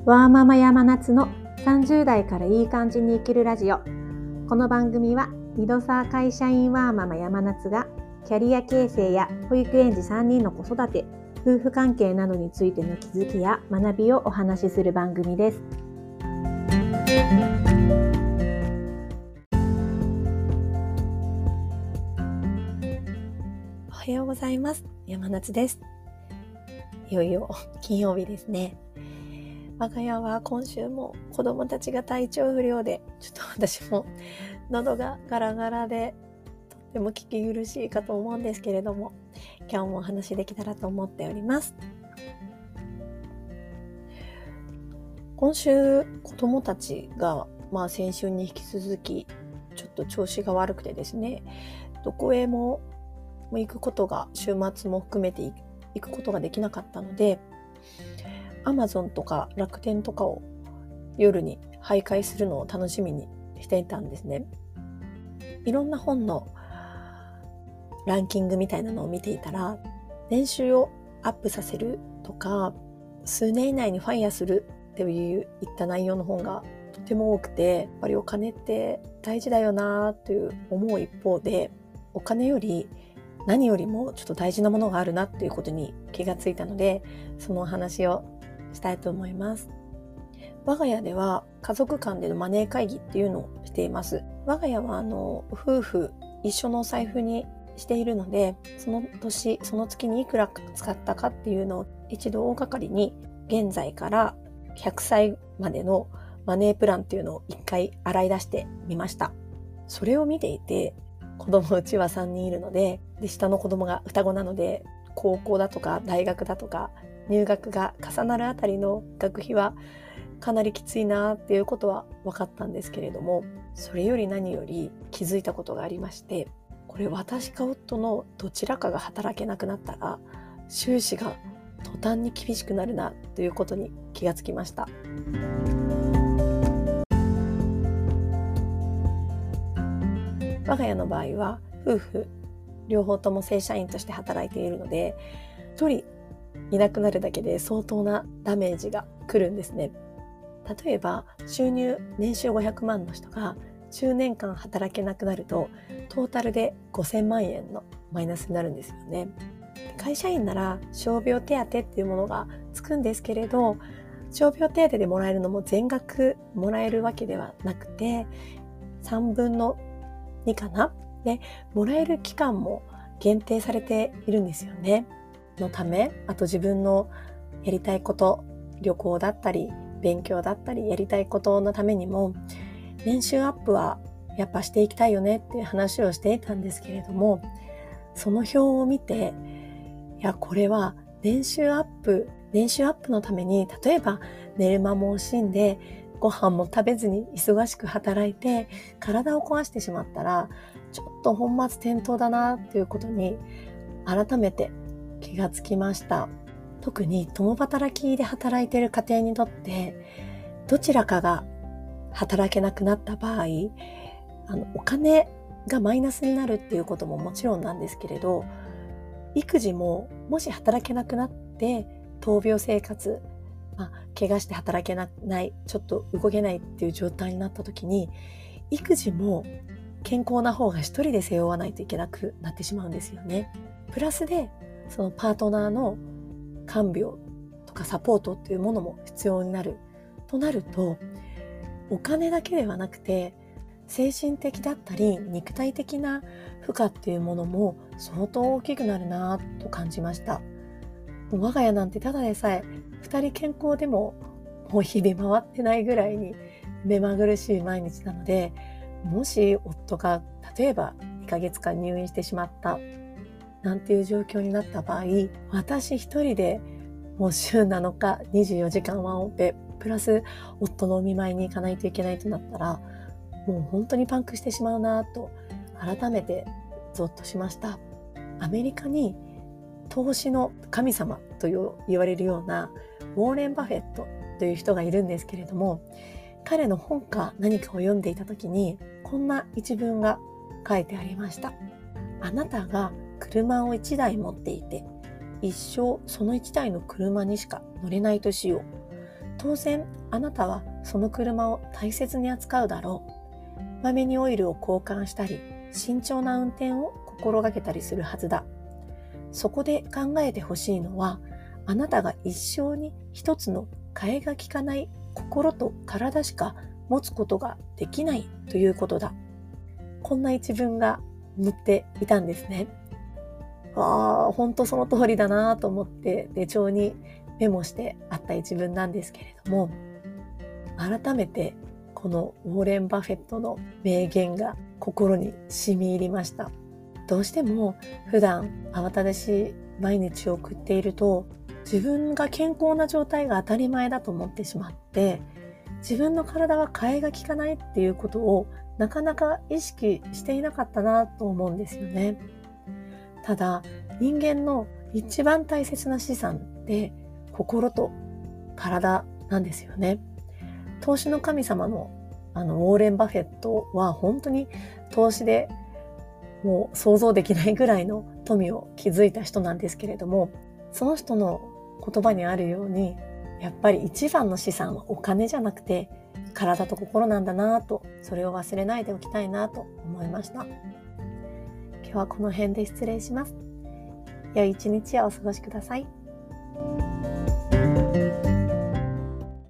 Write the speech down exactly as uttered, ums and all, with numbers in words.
ワーママ山夏のさんじゅう代からいい感じに生きるラジオ。この番組はミドサー会社員ワーママ山夏がキャリア形成や保育園児さんにんの子育て、夫婦関係などについての気づきや学びをお話しする番組です。おはようございます。山夏です。いよいよ金曜日ですね。我が家は今週も子供たちが体調不良で、ちょっと私も喉がガラガラでとっても聞き苦しいかと思うんですけれども、今日もお話できたらと思っております。今週子供たちが、まあ先週に引き続きちょっと調子が悪くてですね、どこへも行くことが週末も含めて行くことができなかったので、アマゾンとか楽天とかを夜に徘徊するのを楽しみにしていたんですね。いろんな本のランキングみたいなのを見ていたら、年収をアップさせるとか、数年以内にファイヤーするっていういった内容の本がとても多くて、やっぱりお金って大事だよなという思う一方で、お金より何よりもちょっと大事なものがあるなっていうことに気がついたので、そのお話をしたいと思います。我が家では家族間でのマネー会議っていうのをしています。我が家はあの夫婦一緒のお財布にしているので、その年その月にいくら使ったかっていうのを一度大掛かりに現在からひゃくさいまでのマネープランっていうのを一回洗い出してみました。それを見ていて、子供うちはさんにんいるので、で下の子供が双子なので、高校だとか大学だとか入学が重なるあたりの学費はかなりきついなっていうことは分かったんですけれども、それより何より気づいたことがありまして、これ私か夫のどちらかが働けなくなったら収支が途端に厳しくなるなということに気がつきました。我が家の場合は夫婦両方とも正社員として働いているので、一人いなくなるだけで相当なダメージが来るんですね。例えば収入年収ごひゃくまんの人がじゅうねんかん働けなくなるとトータルでごせんまんえんのマイナスになるんですよね。会社員なら傷病手当っていうものがつくんですけれど、傷病手当でもらえるのも全額もらえるわけではなくて、さんぶんのにかなでもらえる期間も限定されているんですよね。のため、あと自分のやりたいこと、旅行だったり勉強だったりやりたいことのためにも年収アップはやっぱしていきたいよねっていう話をしていたんですけれども、その表を見て、いやこれは年収アップ年収アップのために、例えば寝る間も惜しんでご飯も食べずに忙しく働いて体を壊してしまったらちょっと本末転倒だなということに改めて気がつきました。特に共働きで働いている家庭にとって、どちらかが働けなくなった場合、あのお金がマイナスになるっていうことももちろんなんですけれど、育児ももし働けなくなって闘病生活、まあ、怪我して働けない、ちょっと動けないっていう状態になった時に、育児も健康な方が一人で背負わないといけなくなってしまうんですよね。プラスでそのパートナーの看病とかサポートっていうものも必要になるとなると、お金だけではなくて精神的だったり肉体的な負荷っていうものも相当大きくなるなと感じました。我が家なんてただでさえ二人健康でももう日々回ってないぐらいに目まぐるしい毎日なので、もし夫が例えばにかげつかん入院してしまったなんていう状況になった場合、私一人でもう週なのかにじゅうよじかんワンオペプラス夫のお見舞いに行かないといけないとなったら、もう本当にパンクしてしまうなと改めてゾッとしました。アメリカに投資の神様と言われるようなウォーレン・バフェットという人がいるんですけれども、彼の本か何かを読んでいた時にこんな一文が書いてありました。あなたが車をいちだい持っていて一生そのいちだいの車にしか乗れないとしよう。 当然あなたはその車を大切に扱うだろう。まめにオイルを交換したり、慎重な運転を心がけたりするはずだ。そこで考えてほしいのは、あなたが一生に一つの替えが利かない心と体しか持つことができないということだ。こんな一文が載っていたんですね。ああ、本当その通りだなと思って手帳にメモしてあった一文なんですけれども、改めてこのウォーレン・バフェットの名言が心に染み入りました。どうしても普段慌ただしい毎日を送っていると、自分が健康な状態が当たり前だと思ってしまって、自分の体は替えが利かないっていうことをなかなか意識していなかったなと思うんですよね。ただ人間の一番大切な資産って心と体なんですよね。投資の神様のあのウォーレン・バフェットは本当に投資でもう想像できないぐらいの富を築いた人なんですけれども、その人の言葉にあるように、やっぱり一番の資産はお金じゃなくて体と心なんだなと、それを忘れないでおきたいなと思いました。今日はこの辺で失礼します。良い一日をお過ごしください。